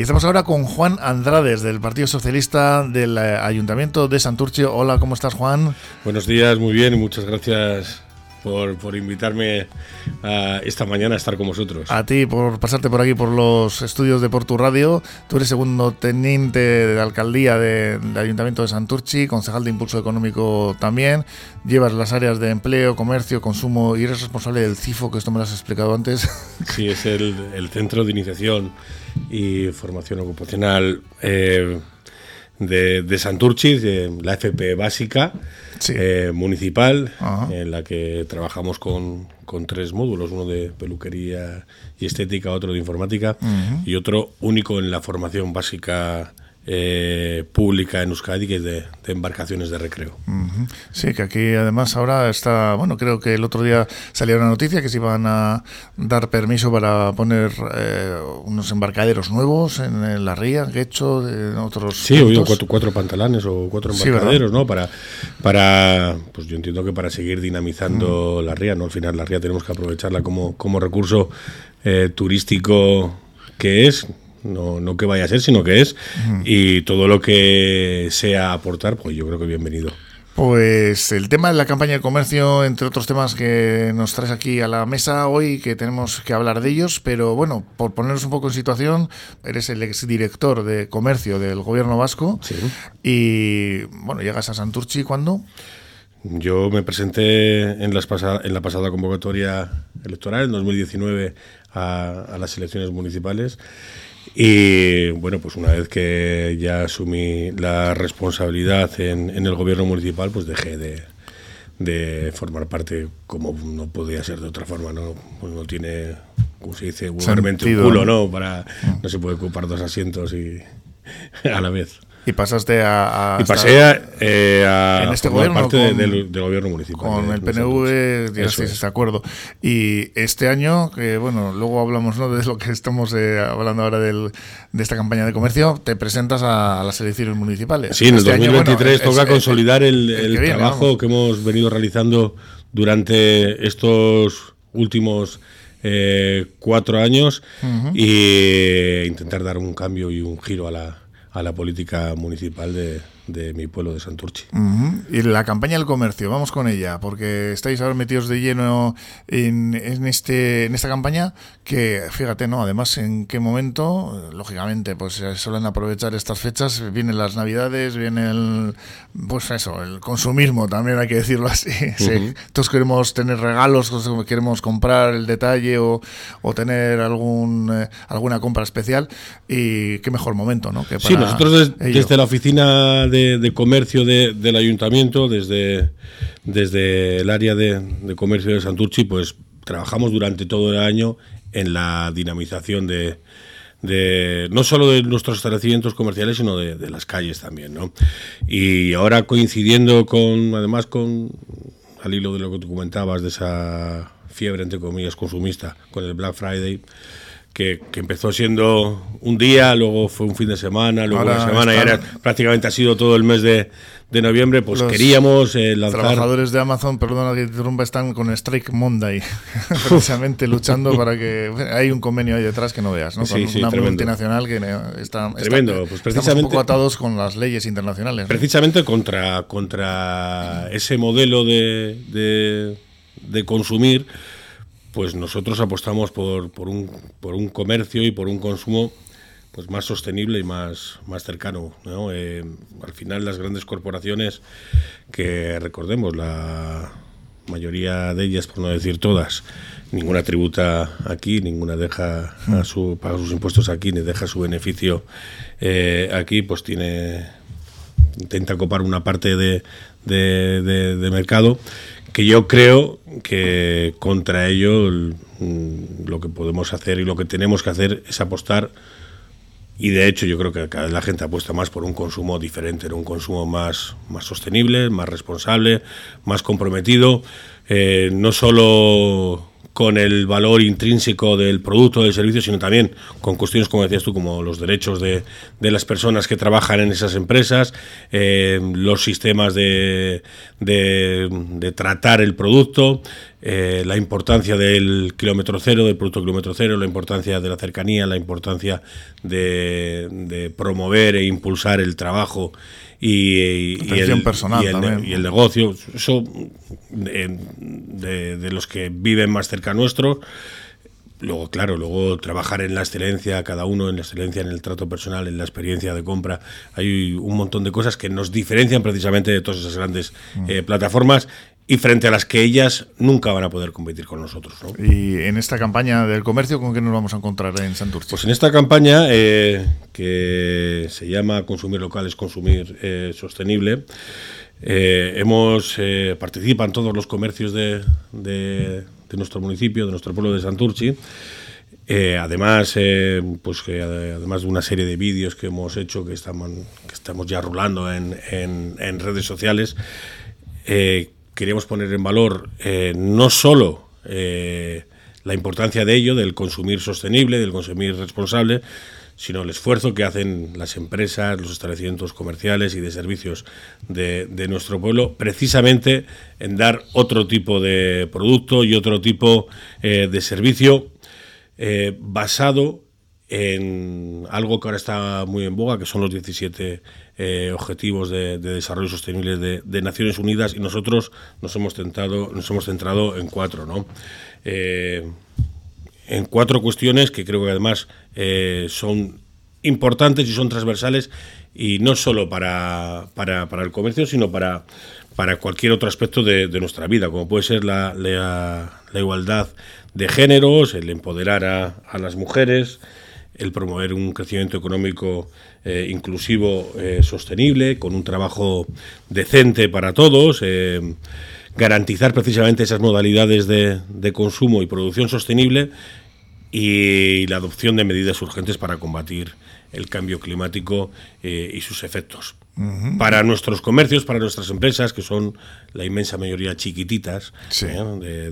estamos ahora con Juan Andrades, del Partido Socialista del Ayuntamiento de Santurtzi. Hola, ¿cómo estás, Juan? Buenos días, muy bien, y muchas gracias por invitarme esta mañana a estar con vosotros. A ti por pasarte por aquí por los estudios de Portu Radio. Tú eres segundo teniente de alcaldía del Ayuntamiento de Santurtzi, concejal de Impulso Económico también. Llevas las áreas de empleo, comercio, consumo y eres responsable del CIFO, que esto me lo has explicado antes. Sí, es el Centro de Iniciación y Formación Ocupacional de Santurtzi, de la FP básica, sí, municipal. Ajá. En la que trabajamos con 3 módulos, uno de peluquería y estética, otro de informática, uh-huh, y otro único en la formación básica pública en Euskadi, que es de embarcaciones de recreo. Uh-huh. Sí, que aquí además ahora está, bueno, creo que el otro día salió una noticia que se iban a dar permiso para poner unos embarcaderos nuevos en la ría, Guecho, en otros. Sí, he oído 4 pantalanes o 4 embarcaderos, sí, ¿no? Para, pues yo entiendo que para seguir dinamizando la ría, ¿no? Al final la ría tenemos que aprovecharla como recurso turístico que es. No que vaya a ser, sino que es, y todo lo que sea aportar, pues yo creo que bienvenido. Pues el tema de la campaña de comercio, entre otros temas que nos traes aquí a la mesa hoy, que tenemos que hablar de ellos, pero bueno, por ponernos un poco en situación, eres el exdirector de comercio del gobierno vasco, sí, y bueno, llegas a Santurtzi, ¿cuándo? Yo me presenté en la pasada convocatoria electoral, en 2019, a las elecciones municipales. Y bueno, pues una vez que ya asumí la responsabilidad en el gobierno municipal, pues dejé de formar parte, como no podía ser de otra forma, ¿no? Pues no tiene, como se dice vulgarmente, un culo, ¿no? No se puede ocupar 2 asientos y a la vez. Y pasaste y pasé a en este formar gobierno parte del gobierno municipal. Con el PNV llegasteis a este acuerdo. Y este año, que bueno, luego hablamos, ¿no?, de lo que estamos hablando ahora de esta campaña de comercio, te presentas a las elecciones municipales. Sí, en el 2023 toca consolidar el trabajo que hemos venido realizando durante estos últimos 4 años, uh-huh, y intentar dar un cambio y un giro a la política municipal de mi pueblo de Santurtzi. Uh-huh. Y la campaña del comercio, vamos con ella, porque estáis ahora metidos de lleno en esta campaña, que fíjate, ¿no? Además, en qué momento, lógicamente, pues se suelen aprovechar estas fechas, vienen las Navidades, viene el consumismo, también hay que decirlo así. Uh-huh. Sí. Todos queremos tener regalos, queremos comprar el detalle o tener alguna compra especial, y qué mejor momento, ¿no? Que para sí, nosotros desde la oficina de comercio del ayuntamiento, desde el área de comercio de Santurtzi, pues trabajamos durante todo el año en la dinamización de no solo de nuestros establecimientos comerciales, sino de las calles también, ¿no? Y ahora coincidiendo además al hilo de lo que tú comentabas, de esa fiebre, entre comillas, consumista, con el Black Friday, que empezó siendo un día, luego fue un fin de semana, luego una semana, y ahora prácticamente ha sido todo el mes de noviembre, pues queríamos lanzar... Los trabajadores de Amazon, perdona que te interrumpa, están con Strike Monday, precisamente luchando para que... Hay un convenio ahí detrás que no veas, ¿no? Con una multinacional que está... Tremendo, pues precisamente... Estamos un poco atados con las leyes internacionales, ¿no? Precisamente contra ese modelo de consumir, pues nosotros apostamos por un comercio y por un consumo pues más sostenible y más cercano, ¿no? Al final las grandes corporaciones, que recordemos, la mayoría de ellas, por no decir todas, ninguna tributa aquí, ninguna deja paga sus impuestos aquí, ni deja su beneficio aquí, pues intenta copar una parte de mercado, que yo creo que contra ello lo que podemos hacer y lo que tenemos que hacer es apostar, y de hecho yo creo que cada vez la gente apuesta más por un consumo diferente, un consumo más sostenible, más responsable, más comprometido, no solo con el valor intrínseco del producto, del servicio, sino también con cuestiones, como decías tú, como los derechos de las personas que trabajan en esas empresas, los sistemas de tratar el producto, la importancia del kilómetro cero, del producto kilómetro cero, la importancia de la cercanía, la importancia de promover e impulsar el trabajo y el negocio. Eso de los que viven más cerca nuestro. Luego, claro, trabajar en la excelencia, cada uno en la excelencia, en el trato personal, en la experiencia de compra. Hay un montón de cosas que nos diferencian precisamente de todas esas grandes plataformas y frente a las que ellas nunca van a poder competir con nosotros, ¿no? Y en esta campaña del comercio, ¿con qué nos vamos a encontrar en Santurce? Pues en esta campaña, que se llama Consumir local es consumir sostenible, participan todos los comercios de nuestro municipio, de nuestro pueblo de Santurce. Además de una serie de vídeos que hemos hecho, que estamos ya rulando en redes sociales, queríamos poner en valor no solo la importancia de ello, del consumir sostenible, del consumir responsable, sino el esfuerzo que hacen las empresas, los establecimientos comerciales y de servicios de nuestro pueblo, precisamente en dar otro tipo de producto y otro tipo de servicio basado en algo que ahora está muy en boga, que son los 17 Objetivos de Desarrollo Sostenible de Naciones Unidas, y nosotros nos hemos centrado en 4, ¿no? En 4 cuestiones que creo que además son importantes y son transversales, y no solo para el comercio, sino para cualquier otro aspecto de nuestra vida, como puede ser la igualdad de géneros, el empoderar a las mujeres, el promover un crecimiento económico inclusivo, sostenible, con un trabajo decente para todos, garantizar precisamente esas modalidades de consumo y producción sostenible, y la adopción de medidas urgentes para combatir el cambio climático y sus efectos. Uh-huh. Para nuestros comercios, para nuestras empresas, que son la inmensa mayoría chiquititas, sí, de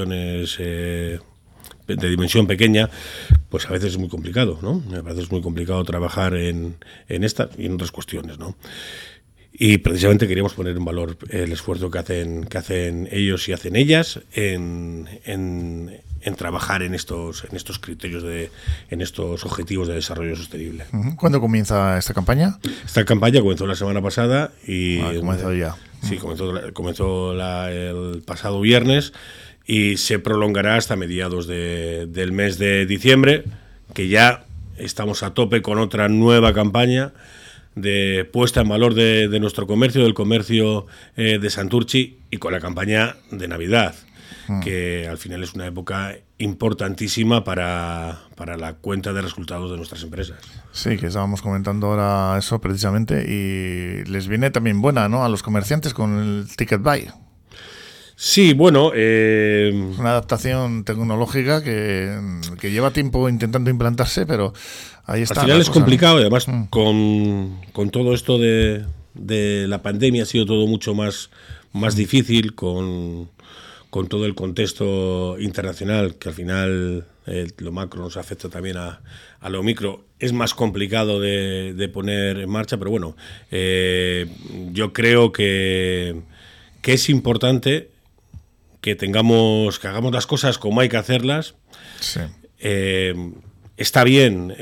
dimensión pequeña, pues a veces es muy complicado, ¿no? A veces es muy complicado trabajar en estas y en otras cuestiones, ¿no? Y precisamente queríamos poner en valor el esfuerzo que hacen ellos y hacen ellas en trabajar en estos criterios, en estos objetivos de desarrollo sostenible. ¿Cuándo comienza esta campaña? Esta campaña comenzó la semana pasada y comenzó ya. Sí, comenzó el pasado viernes y se prolongará hasta mediados del mes de diciembre, que ya estamos a tope con otra nueva campaña de puesta en valor de nuestro comercio, del comercio de Santurce, y con la campaña de Navidad, que al final es una época importantísima para la cuenta de resultados de nuestras empresas. Sí, que estábamos comentando ahora eso precisamente, y les viene también buena, ¿no?, a los comerciantes con el Ticket Buy. Sí, bueno... una adaptación tecnológica que lleva tiempo intentando implantarse, pero ahí está. Al final es complicado, y además con todo esto de la pandemia ha sido todo mucho más difícil, con todo el contexto internacional, que al final lo macro nos afecta también a lo micro. Es más complicado de poner en marcha, pero bueno, yo creo que es importante que hagamos las cosas como hay que hacerlas. Sí. Está bien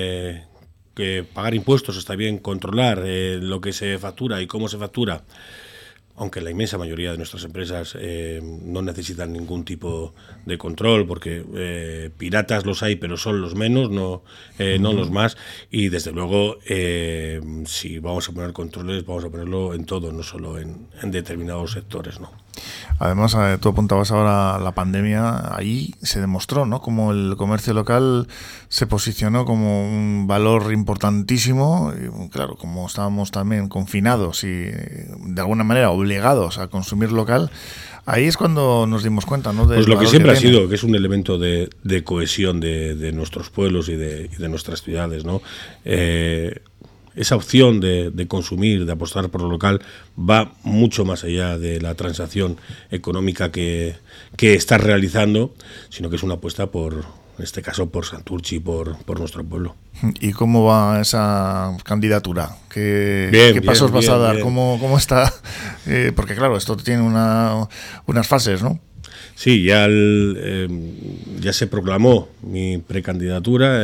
que pagar impuestos, está bien controlar lo que se factura y cómo se factura, aunque la inmensa mayoría de nuestras empresas no necesitan ningún tipo de control, porque piratas los hay, pero son los menos, no los más. Y desde luego, si vamos a poner controles, vamos a ponerlo en todo, no solo en determinados sectores, ¿no? Además, tú apuntabas ahora la pandemia, ahí se demostró, ¿no?, como el comercio local se posicionó como un valor importantísimo. Y, claro, como estábamos también confinados y de alguna manera obligados a consumir local, ahí es cuando nos dimos cuenta, ¿no?, pues lo que siempre ha sido, que es un elemento de cohesión de nuestros pueblos y de nuestras ciudades, ¿no? Esa opción de consumir, de apostar por lo local, va mucho más allá de la transacción económica que estás realizando, sino que es una apuesta en este caso, por Santurce y por nuestro pueblo. ¿Y cómo va esa candidatura? ¿Qué pasos vas a dar? ¿Cómo está? Porque claro, esto tiene unas fases, ¿no? Sí, ya se proclamó mi precandidatura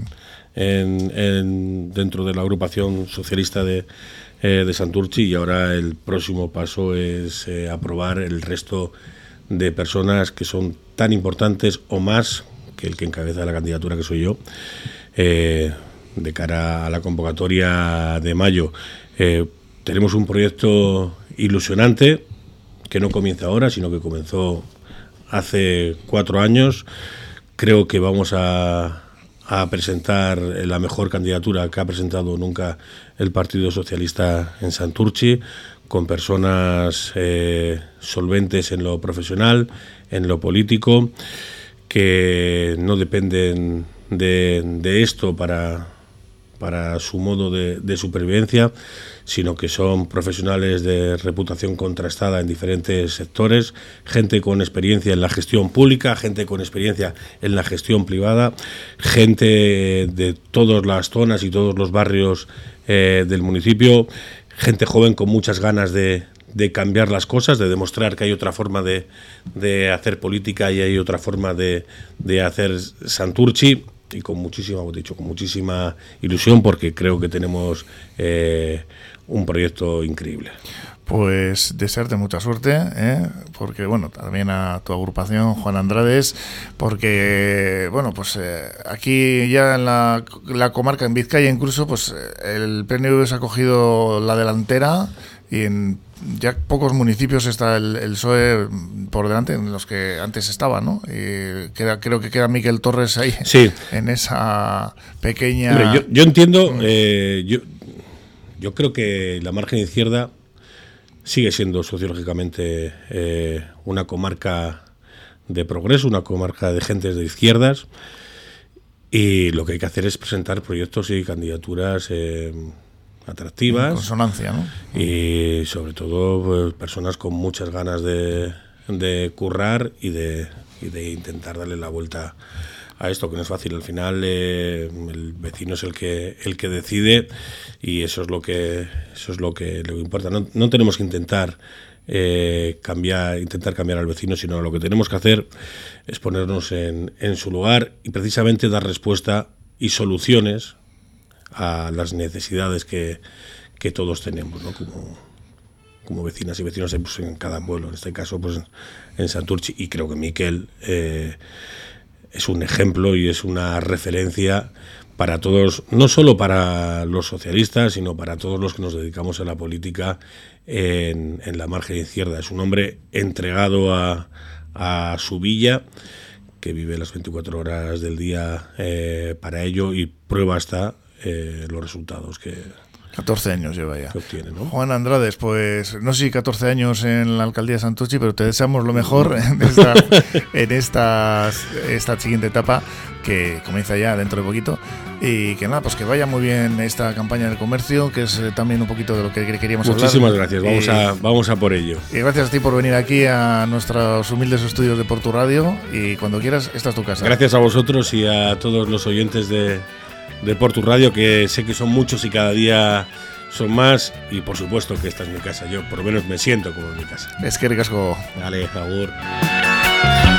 dentro de la agrupación socialista de Santurtzi, y ahora el próximo paso es aprobar el resto de personas que son tan importantes o más que el que encabeza la candidatura, que soy yo, de cara a la convocatoria de mayo. Tenemos un proyecto ilusionante que no comienza ahora, sino que comenzó hace 4 años. Creo que vamos a presentar la mejor candidatura que ha presentado nunca el Partido Socialista en Santurtzi, con personas solventes en lo profesional, en lo político, que no dependen de esto para su modo de supervivencia, sino que son profesionales de reputación contrastada en diferentes sectores, gente con experiencia en la gestión pública, gente con experiencia en la gestión privada, gente de todas las zonas y todos los barrios del municipio, gente joven con muchas ganas de cambiar las cosas, de demostrar que hay otra forma de hacer política y hay otra forma de hacer Santurtzi, y con muchísima ilusión, porque creo que tenemos un proyecto increíble. Pues desearte mucha suerte, porque bueno, también a tu agrupación, Juan Andrades, porque bueno, pues aquí ya en la comarca, en Vizcaya incluso, pues el PNV se ha cogido la delantera, y en ya pocos municipios está el PSOE por delante, en los que antes estaba, ¿no? Y creo que queda Miquel Torres ahí, sí, en esa pequeña... Hombre, yo entiendo, yo creo que la margen izquierda sigue siendo sociológicamente una comarca de progreso, una comarca de gentes de izquierdas, y lo que hay que hacer es presentar proyectos y candidaturas atractivas, en consonancia, ¿no? Y sobre todo pues, personas con muchas ganas de currar y de intentar darle la vuelta a esto, que no es fácil. Al final el vecino es el que decide, y eso es lo que le importa. No tenemos que intentar cambiar al vecino, sino lo que tenemos que hacer es ponernos en su lugar y precisamente dar respuesta y soluciones a las necesidades que todos tenemos, ¿no? Como vecinas y vecinos pues, en cada pueblo, en este caso pues en Santurtzi, y creo que Miquel es un ejemplo y es una referencia para todos, no solo para los socialistas, sino para todos los que nos dedicamos a la política en la margen izquierda. Es un hombre entregado a su villa, que vive las 24 horas del día para ello, y prueba está los resultados que 14 años lleva ya. Que obtiene, ¿no? Juan Andrades, pues no sé si 14 años en la alcaldía de Santurtzi, pero te deseamos lo mejor en esta siguiente etapa, que comienza ya dentro de poquito, y que nada, pues que vaya muy bien esta campaña del comercio, que es también un poquito de lo que queríamos hablar. Muchísimas gracias, vamos a por ello. Y gracias a ti por venir aquí a nuestros humildes estudios de Portu Radio, y cuando quieras, esta es tu casa. Gracias a vosotros y a todos los oyentes de Portu Radio, que sé que son muchos y cada día son más, y por supuesto que esta es mi casa. Yo por lo menos me siento como en mi casa. Es que ricasco. Dale, agur.